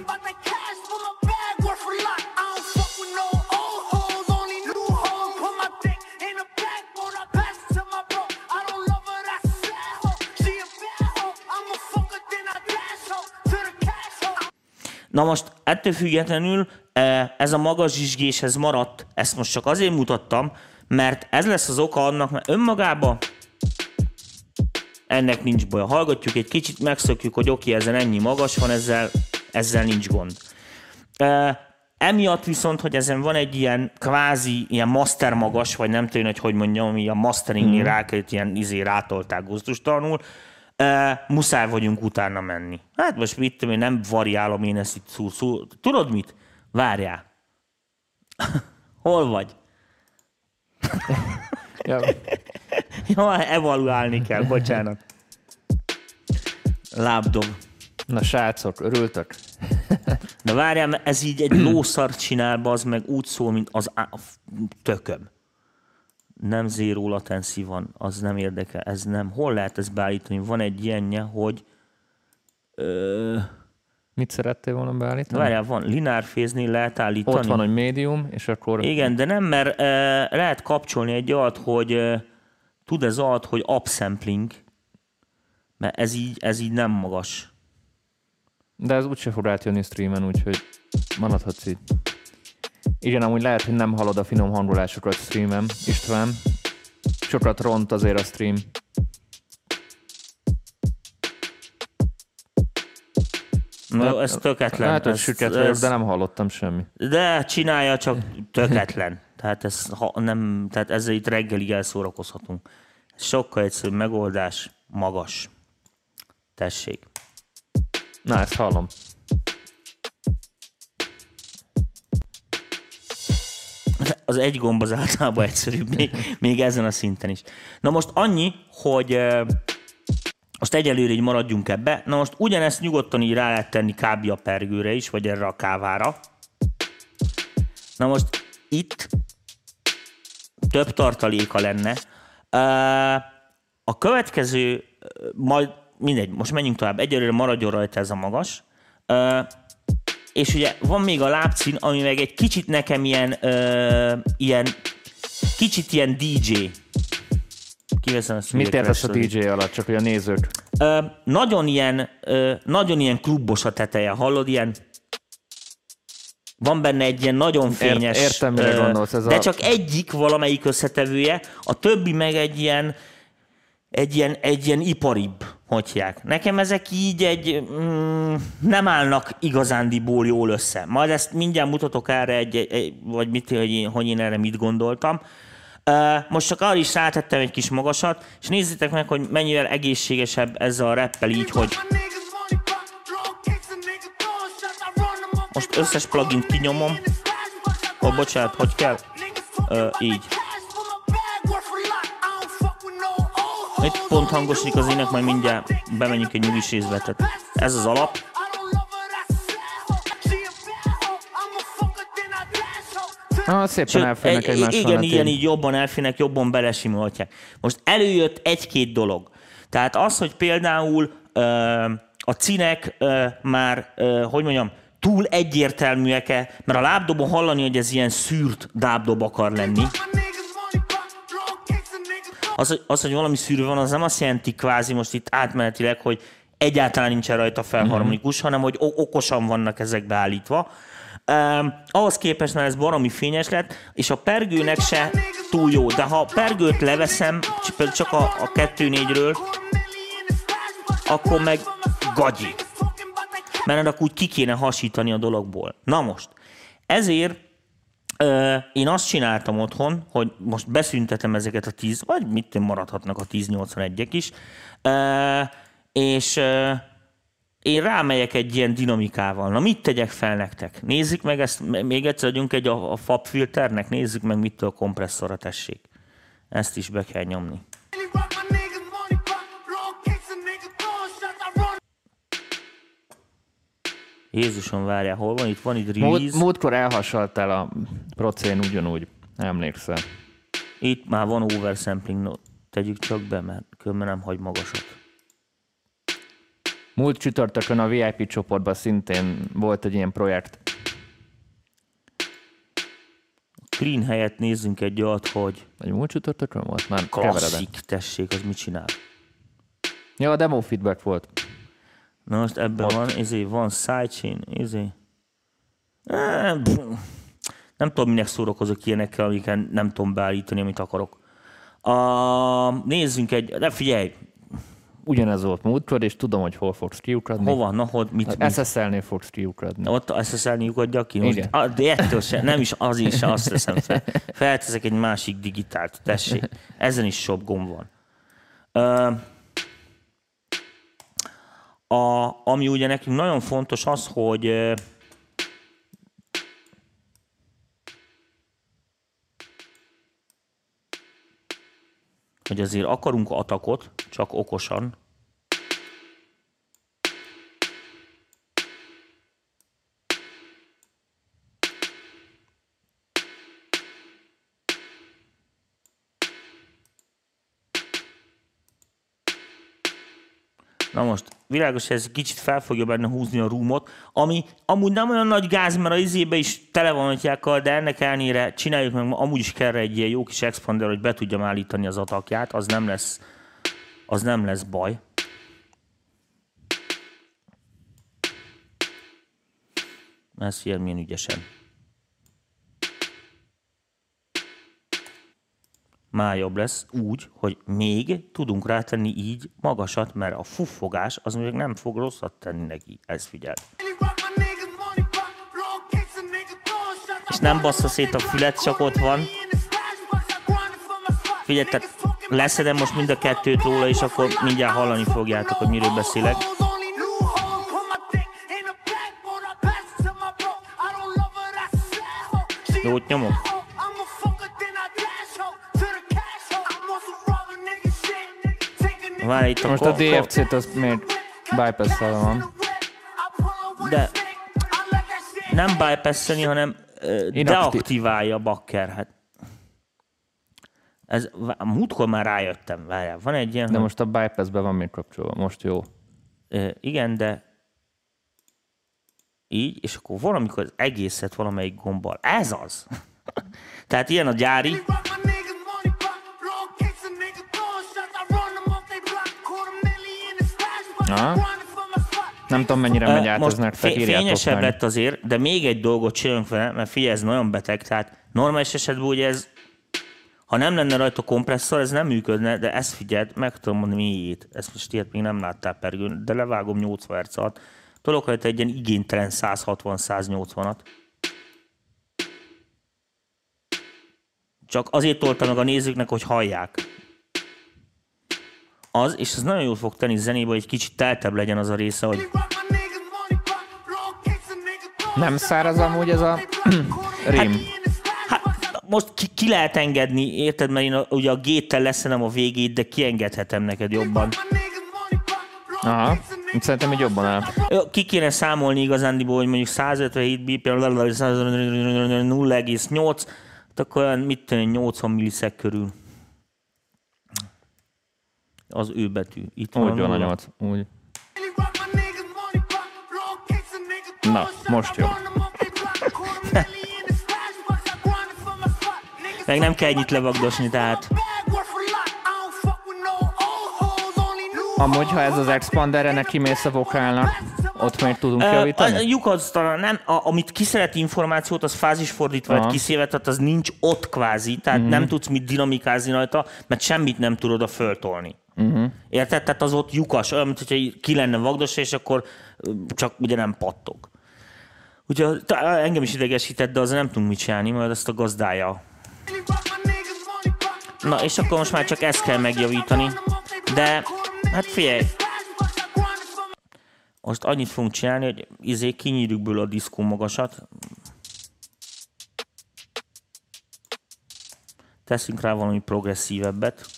Na most ettől függetlenül ez a magas zsizsgés, ez maradt, ezt most csak azért mutattam, mert ez lesz az oka annak, mert önmagában ennek nincs baj. Hallgatjuk egy kicsit, megszokjuk, hogy oké, ezen ennyi magas van, ezzel nincs gond. Emiatt viszont, hogy ezen van egy ilyen kvázi, ilyen master magas, vagy nem tudom, hogy mondjam, ilyen masteringnél rákerült, ilyen rátolták gusztustalanul, muszáj vagyunk utána menni. Hát most mit tudom, én nem variálom én ezt itt szó. Tudod mit? Várjál. Hol vagy? Jó, evaluálni kell, bocsánat. Lábdob. Na srácok, örültök? De várjál, mert ez így egy lószart csinál, bazd meg úgy szól, mint az tököm. Nem zero latency van, az nem érdekel, ez nem. Hol lehet ezt beállítani? Van egy ilyenje, hogy... Mit szerettél volna beállítani? Várjál, van linear phase-nél lehet állítani. Ott van, hogy medium, és akkor... Igen, de nem, mert lehet kapcsolni egy olyat, hogy tud ez olyat, hogy upsampling, mert ez így nem magas. De ez úgyse fog átjönni streamen, úgyhogy maradhatsz így. Igen, amúgy lehet, hogy nem hallod a finom hangolásokat streamen, István. Sokat ront azért a stream. Na, ez tökéletlen. Hát, hogy süket vagyok, de nem hallottam semmi. De csinálja, csak tökéletlen. Tehát, tehát ezzel itt reggelig elszórakozhatunk. Sokkal egyszerűbb megoldás, magas. Tessék. Na, ezt hallom. Az egy gomb az általában egyszerűbb, még ezen a szinten is. Na most annyi, hogy most egyelőre így maradjunk ebbe. Na most ugyanezt nyugodtan így rá lehet tenni kb. A pergőre is, vagy erre a kávára. Na most itt több tartaléka lenne. A következő, majd mindegy, most menjünk tovább. Egyelőre maradjon rajta ez a magas. És ugye van még a lábcín, ami meg egy kicsit nekem kicsit ilyen DJ. Kiveszem ezt. Mit értesz a DJ alatt, csak hogy a nézők? Nagyon ilyen klubos a teteje, hallod? Ilyen, van benne egy ilyen nagyon fényes... Értem, mire gondolsz. De csak egyik valamelyik összetevője, a többi meg egy ilyen iparibb, hogyják. Nekem ezek így nem állnak igazándiból jól össze. Majd ezt mindjárt mutatok erre, vagy hogy én erre mit gondoltam. Most csak arra is rátettem egy kis magasat, és nézzétek meg, hogy mennyivel egészségesebb ez a rappel így, hogy most összes plugint kinyomom. Bocsánat, hogy kell? Így. Itt pont hangosodik az ének, majd mindjárt bemegyünk egy nyugis részbe. Tehát ez az alap. Szépen elférnek egymással. Igen, ilyen így jobban elférnek, jobban belesimolhatják. Most előjött egy-két dolog. Tehát az, hogy például a cinek már, hogy mondjam, túl egyértelműek-e, mert a lábdobon hallani, hogy ez ilyen szűrt lábdob akar lenni. Az, hogy valami szűrő van, az nem azt jelenti kvázi most itt átmenetileg, hogy egyáltalán nincsen rajta felharmonikus, hanem hogy okosan vannak ezek beállítva. Ahhoz képest, mert ez baromi fényes lett, és a pergőnek se túl jó. De ha a pergőt leveszem, csak a 2-4-ről, akkor meg gagyi. Mert akkor úgy ki kéne hasítani a dologból. Na most, ezért én azt csináltam otthon, hogy most beszüntetem ezeket a 10, vagy mit maradhatnak a 1081-ek is, és én rámegyek egy ilyen dinamikával. Na mit tegyek fel nektek? Nézzük meg ezt, még egyszer adjunk a FAB filternek, nézzük meg mitől kompresszorra, tessék. Ezt is be kell nyomni. Jézusom, várjál, hol van? Itt van itt release. Múltkor elhasaltál a procén ugyanúgy, emlékszel. Itt már van oversampling, no, tegyük csak be, mert különben nem hagy magasat. Múlt csütörtökön a VIP csoportban szintén volt egy ilyen projekt. Clean helyett nézzünk egy olyat, hogy... Egy múlt csütörtökön volt? Már klasszik, tessék, az mit csinál? Ja, a demo feedback volt. Na most ebben van sidechain, nem tudom, minek szórakozok ilyenekkel, amiket nem tudom beállítani, amit akarok. Nézzünk de figyelj! Ugyanez volt múltkor, és tudom, hogy hol fogsz kiukradni. Hova? Na, mit? SSL-nél fogsz kiukradni. Ott SSL-nél lyukadja ki? Most, de ettől sem, nem is azért se azt teszem fel. Felteszek egy másik digitált, tessék. Ezen is sok gomb van. Ami ugye nekünk nagyon fontos az, hogy azért akarunk atakot, csak okosan. Na most, világos, hogy ez kicsit fel fogja benne húzni a roomot, ami amúgy nem olyan nagy gáz, mert a izébe is tele van atyákkal, de ennek ellenére csináljuk meg, amúgy is kell egy ilyen jó kis expander, hogy be tudjam állítani az atakját, az nem lesz baj. Ez milyen ügyesen. Már jobb lesz úgy, hogy még tudunk rátenni így magasat, mert a fuffogás az még nem fog rosszat tenni neki. Ez figyel. és nem bassza szét a fület, csak ott van. Figyelj, tehát leszedem most mind a kettőt róla, és akkor mindjárt hallani fogjátok, hogy miről beszélek. Jót nyomok? Várj, itt most a DFC-t az még bypass-szel van. De nem bypass-elni, hanem deaktiválja a bakker. Hát. Ez, múltkor már rájöttem, várjál, van egy ilyen... De most a bypass-be van még kapcsolva, most jó. Igen, de így, és akkor valamikor az egészet valamelyik gombbal. Ez az! Tehát ilyen a gyári. Aha. Nem tudom, mennyire megy át, most ez nektek írjátok fényesebb lett azért, de még egy dolgot csináljunk vele, mert figyelj, ez nagyon beteg, tehát normális esetben ugye ez, ha nem lenne rajta kompresszor, ez nem működne, de ezt figyeld, meg tudom mondani miért. Ezt most ilyet még nem láttál pergőn, de levágom 80 Hz alatt. Tolok rajta egy ilyen igénytelen 160-180-at. Csak azért toltam meg a nézőknek, hogy hallják. Az, és ez nagyon jól fog tenni zenébe, hogy egy kicsit teltebb legyen az a része, hogy... Nem száraz amúgy ez a rím? Hát most ki lehet engedni, érted? Mert én ugye a géttel leszedem a végét, de kiengedhetem neked jobban. Aha, szerintem így jobban áll. Ki kéne számolni igazándiból, hogy mondjuk 157 BPM, 0,8, akkor olyan, mit tudom, 80 milliszek körül. Az ő betű. Itt úgy van a 8, úgy. Na, most jó. Meg nem kell ennyit levagdosni, tehát... Amúgy, ha ez az expanderre neki mész a vokálnak, ott még tudunk javítani? A lyuk az talán nem, amit kiszeret információt, az fázisfordítva vagy kiszévet, tehát az nincs ott kvázi, tehát nem tudsz mit dinamikázni rajta, mert semmit nem tudod a föltolni. Érted? Tehát az ott lyukas, olyan, mint hogyha ki lenne vagdos, és akkor csak ugye nem pattog. Úgyhogy engem is idegesített, de azért nem tudunk mit csinálni, majd ezt a gazdája. Na, és akkor most már csak ezt kell megjavítani. De, hát figyelj. Most annyit fogunk csinálni, hogy kinyírjuk belőle a diszkó magasat. Teszünk rá valami progresszívebbet.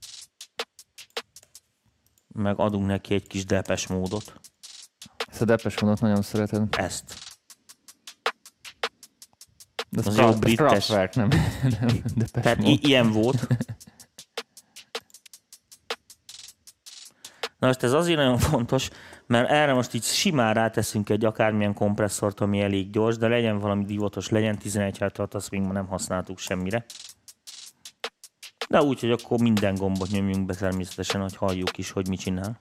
Meg adunk neki egy kis Depeche módot. Ezt a Depeche módot nagyon szereted. Ezt. De az jó brittes. Nem tehát ilyen volt. Na most ez azért nagyon fontos, mert erre most így simán ráteszünk egy akármilyen kompresszort, ami elég gyors, de legyen valami divatos, legyen 11 Hz, azt még ma nem használtuk semmire. De úgy, hogy akkor minden gombot nyomjunk be természetesen, hogy halljuk is, hogy mit csinál.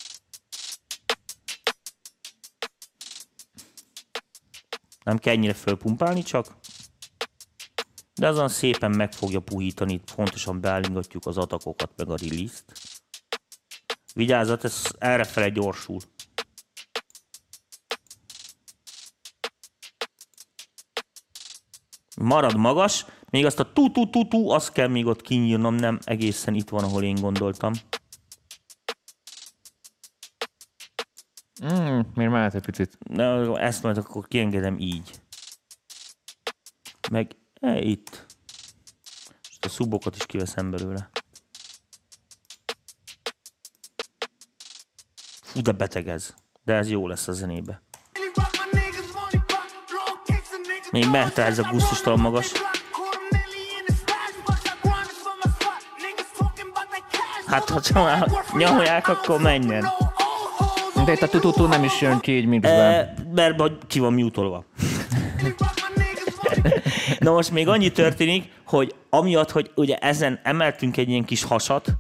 Nem kell ennyire fölpumpálni csak. De azon szépen meg fogja puhítani, fontosan beállingatjuk az atakokat, meg a release-t. Vigyázzat, ez errefele gyorsul. Marad magas, még azt a tu-tu-tu-tu, azt kell még ott kinyírnom, nem egészen itt van, ahol én gondoltam. Miért már egy picit? Na, ezt majd akkor kiengedem így. Meg itt. És a szubokat is kiveszem belőle. Fú, de beteg ez. De ez jó lesz a zenébe. Még mehet ez a gusztustalan magas. Hát, ha csak nyomják, akkor menjen. De itt a tututu nem is jön ki így mixben. Mert ki van mutolva. Na most még annyi történik, hogy amiatt, hogy ugye ezen emeltünk egy ilyen kis hasat,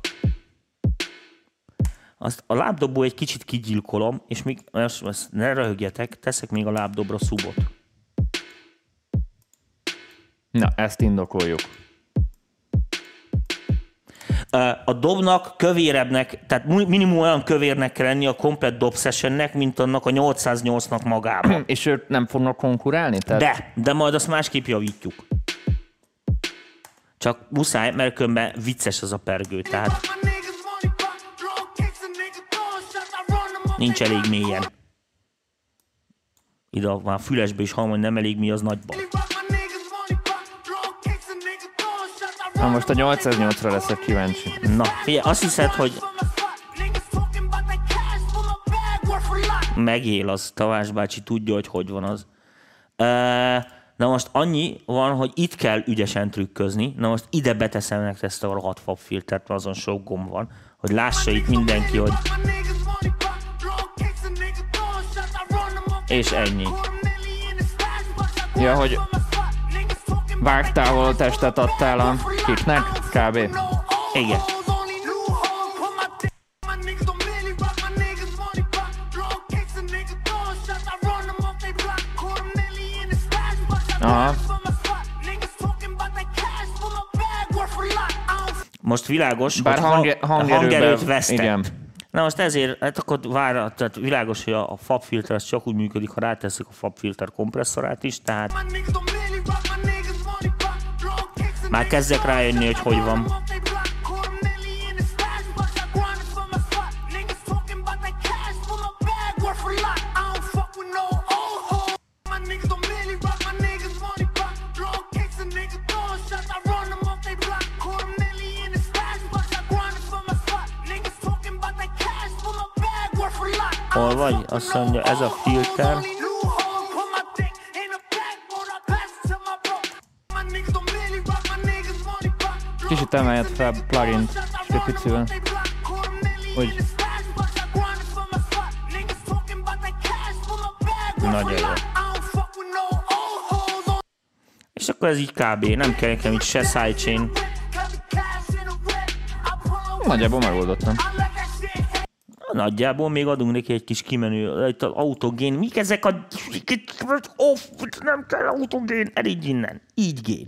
azt a lábdobó egy kicsit kigyilkolom, és még, ezt ne röhögjetek, teszek még a lábdobra szubot. Na, ezt indokoljuk. A dobnak kövérebbnek, tehát minimum olyan kövérnek kell lenni a komplet dob sessionnek, mint annak a 808-nak magában. És ők nem fognak konkurálni? Tehát... De majd azt másképp javítjuk. Csak muszáj, mert különben vicces az a pergő, tehát nincs elég mélyen. Ide már fülesbe is hallom, hogy nem elég mi, az nagy baj. Na most a 808-ra leszek kíváncsi. Na, figyelj, azt hiszed, hogy megél az, Tavás bácsi tudja, hogy van az. Na most annyi van, hogy itt kell ügyesen trükközni. Na most ide beteszem nektek ezt a rohadt fabfiltert, mert azon sok gomb van, hogy lássa itt mindenki, hogy... És ennyi. Ja, hogy vágtál testet adtál a kiknek? Kb. Igen. Aha. Most világos, bár hogy hangerőt vesztett. Igen. Na most ezért, hát akkor tehát világos, hogy a fabfilter az csak úgy működik, ha ráteszik a fabfilter kompresszorát is, tehát már kezdek rájönni, hogy van. Hol vagy? Azt mondja, ez a filter. Kicsit emeljed fel plugin-t, és egy picivel. Úgy. Nagyon jó. És akkor ez így kb. Nem kell nekem itt se sidechain. Nagyjából megoldottam. Nagyjából még adunk neki egy kis kimenő, egy autogén. Mik ezek a... nem kell autogén, elígy innen. Így gén.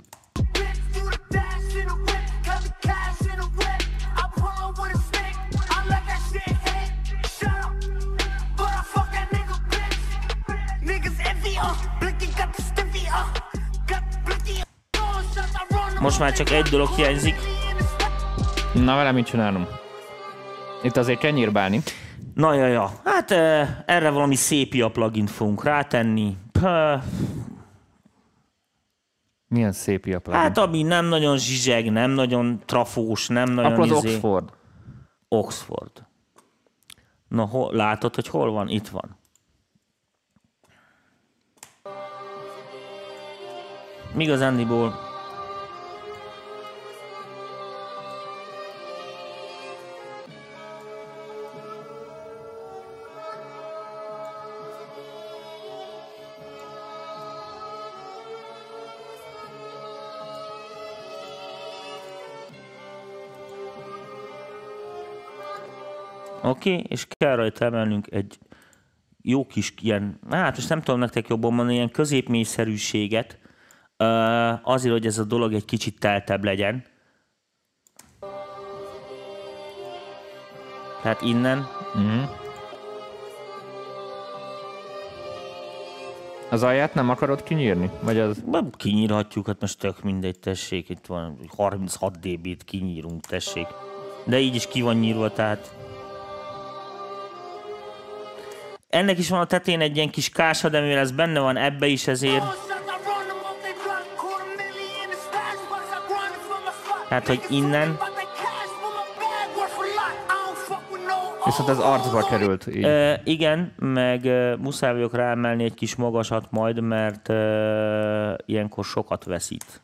Most már csak egy dolog hiányzik. Na, vele mit csinálunk? Itt azért kell nyírbálni. Na ja. Hát erre valami Sepia plugin fogunk rátenni. Milyen Sepia plugin? Hát ami nem nagyon zsizseg, nem nagyon trafós, nem nagyon akkor az Oxford. Oxford. Na, látod, hogy hol van? Itt van. Igazándiból oké, és kell rajta emelnünk egy jó kis ilyen, hát most nem tudom nektek jobban mondani, ilyen középmélyszerűséget, azért, hogy ez a dolog egy kicsit teltebb legyen. Tehát innen. Az alját nem akarod kinyírni? Vagy az... Kinyírhatjuk, hát most tök mindegy, tessék, itt van 36 dB-t kinyírunk, tessék. De így is ki van nyírva, tehát... Ennek is van a tetején egy ilyen kis kása, de mivel ez benne van ebbe is, ezért... Tehát, hogy innen... Viszont ez arcba került így. Igen, meg muszáj vagyok ráemelni egy kis magasat majd, mert ilyenkor sokat veszít.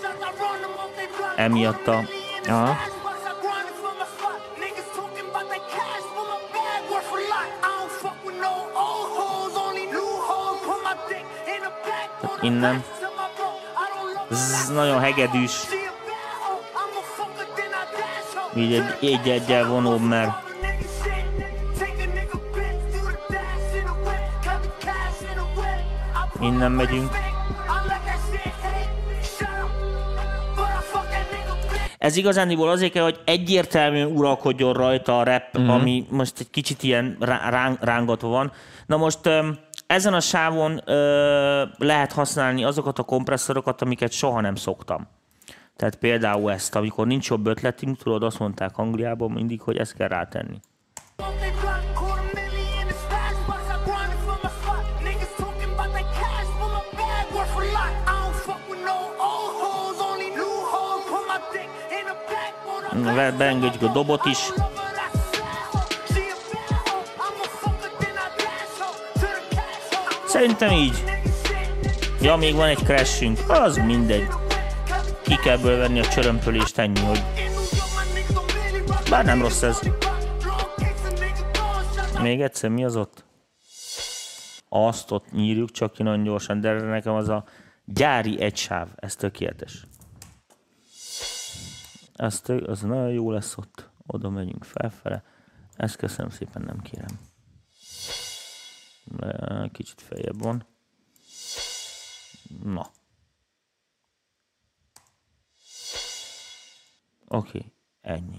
Emiatt a... Aha. Innen. Nagyon hegedűs. Így egy-egyel vonóbb, mert innen megyünk. Ez igazándiból azért kell, hogy egyértelműen uralkodjon rajta a rap, ami most egy kicsit ilyen rángatva van. Na most ezen a sávon lehet használni azokat a kompresszorokat, amiket soha nem szoktam. Tehát például ezt, amikor nincs jobb ötletünk, tudod, azt mondták Angliában mindig, hogy ezt kell rátenni. Beengedjük a dobot is. Szerintem így. Ja, még van egy crashünk. Az mindegy. Ki kell ebből venni a csörömpölést, ennyi, hogy... Bár nem rossz ez. Még egyszer, mi az ott? Azt ott nyírjuk csak ki nagyon gyorsan, de nekem az a gyári egysáv. Ez tökéletes. Az nagyon jó lesz ott. Oda megyünk felfele. Ezt köszönöm szépen, nem kérem. Kicsit feljebb van. Na. Oké, ennyi.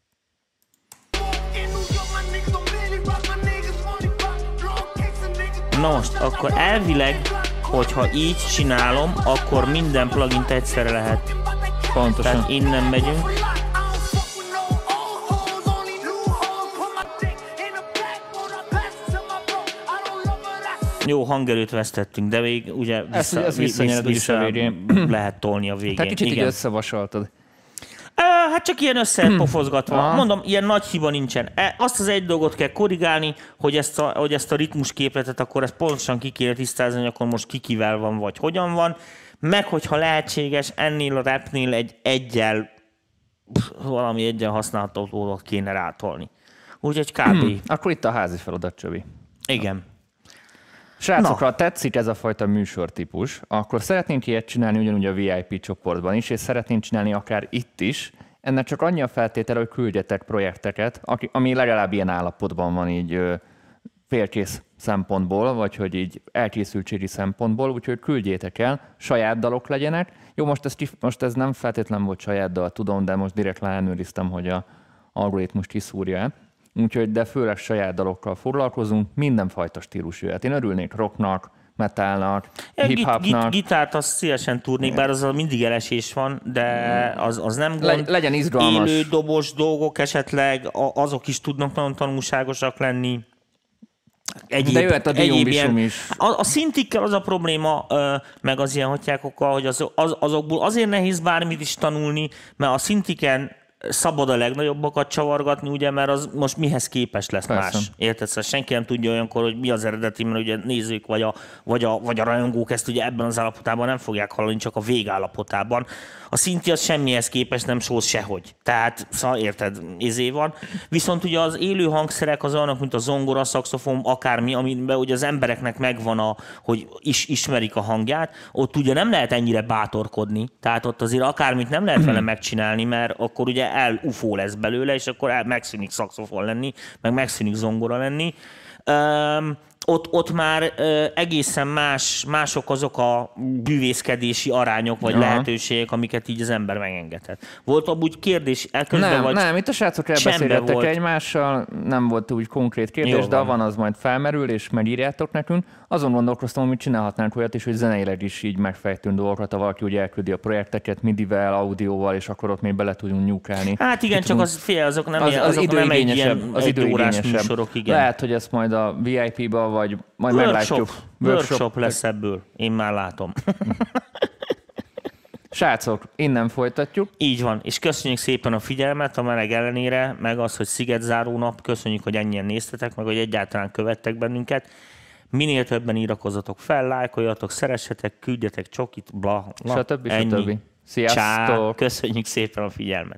Na most, akkor elvileg, hogyha így csinálom, akkor minden plugint egyszerre lehet. Pontosan. Tehát innen megyünk. Jó, hangerőt vesztettünk, de még ugye vissza lehet tolni a végén. Tehát kicsit így összevasaltad. Hát csak ilyen összepofozgatva. Mondom, ilyen nagy hiba nincsen. Azt az egy dolgot kell korrigálni, hogy ezt a ritmusképletet akkor ezt pontosan ki kéne tisztázni, hogy akkor most kivel van, vagy hogyan van. Meg, hogyha lehetséges, ennél a rapnél valami egyel használható dolgot kéne rátolni. Úgyhogy kb. Akkor itt a házi feladat, Csövi. Igen. Srácokra tetszik ez a fajta műsortípus, akkor szeretnénk ilyet csinálni ugyanúgy a VIP csoportban is, és szeretnénk csinálni akár itt is. Ennek csak annyi a feltétele, hogy küldjetek projekteket, ami legalább ilyen állapotban van így félkész szempontból, vagy hogy így elkészültségi szempontból, úgyhogy küldjétek el, saját dalok legyenek. Jó, most ez nem feltétlen volt saját dal, tudom, de most direkt leellenőriztem, hogy a algoritmus kiszúrja-e. Úgyhogy, de főleg saját dalokkal foglalkozunk, mindenfajta stílus jöhet. Én örülnék rocknak, metalnak, hip-hopnak. Gitárt azt szívesen tudnék, bár az mindig elesés van, de az nem gond. Legyen izgalmas. Élő dobos dolgok esetleg, azok is tudnak nagyon tanulságosak lenni. De jöhet a diumbisum is. A szintikkel az a probléma, meg az ilyen hatyákokkal, hogy azokból azért nehéz bármit is tanulni, mert a szintiken szabad a legnagyobbakat csavargatni, ugye, mert az most mihez képes lesz. Persze. Más. Érted? Szóval senki nem tudja olyankor, hogy mi az eredeti, mert ugye nézők vagy a rajongók ezt ugye ebben az állapotában nem fogják hallani, csak a végállapotában. A szinti az semmihez képest nem sós sehogy. Tehát, szóval érted, van. Viszont ugye az élő hangszerek az olyanok, mint a zongora, szaxofon, akármi, amiben ugye az embereknek megvan hogy ismerik a hangját, ott ugye nem lehet ennyire bátorkodni. Tehát ott azért akármit nem lehet vele megcsinálni, mert akkor ugye ufó lesz belőle, és akkor megszűnik szaxofon lenni, meg megszűnik zongora lenni. Ott már egészen mások azok a bűvészkedési arányok, vagy lehetőségek, amiket így az ember megengedhet. Volt amúgy kérdés elközben, vagy nem, itt a srácok elbeszélgettek egymással, nem volt úgy konkrét kérdés, de van, az majd felmerül, és megírjátok nekünk. Azon gondolkoztam, hogy csinálhatnánk olyat is, hogy zeneileg is így megfejtünk dolgokat, ha valaki ugye elküldi a projekteket midivel, audióval, és akkor ott még bele tudunk nyúkálni. Hát igen, csak azok nem egy ilyen órás műsorok, igen. Lehet, hogy ezt majd a VIP-ba, vagy majd meglátjuk. Workshop lesz ebből, én már látom. Srácok, innen folytatjuk. Így van, és köszönjük szépen a figyelmet a meleg ellenére, meg az, hogy szigetzáró nap, köszönjük, hogy ennyien néztetek, meg hogy egyáltalán követtek bennünket. Minél többen iratkozzatok fel, lájkoljatok, szeressetek, küldjetek csokit, bla, stb. Sziasztok! Csá, köszönjük szépen a figyelmet!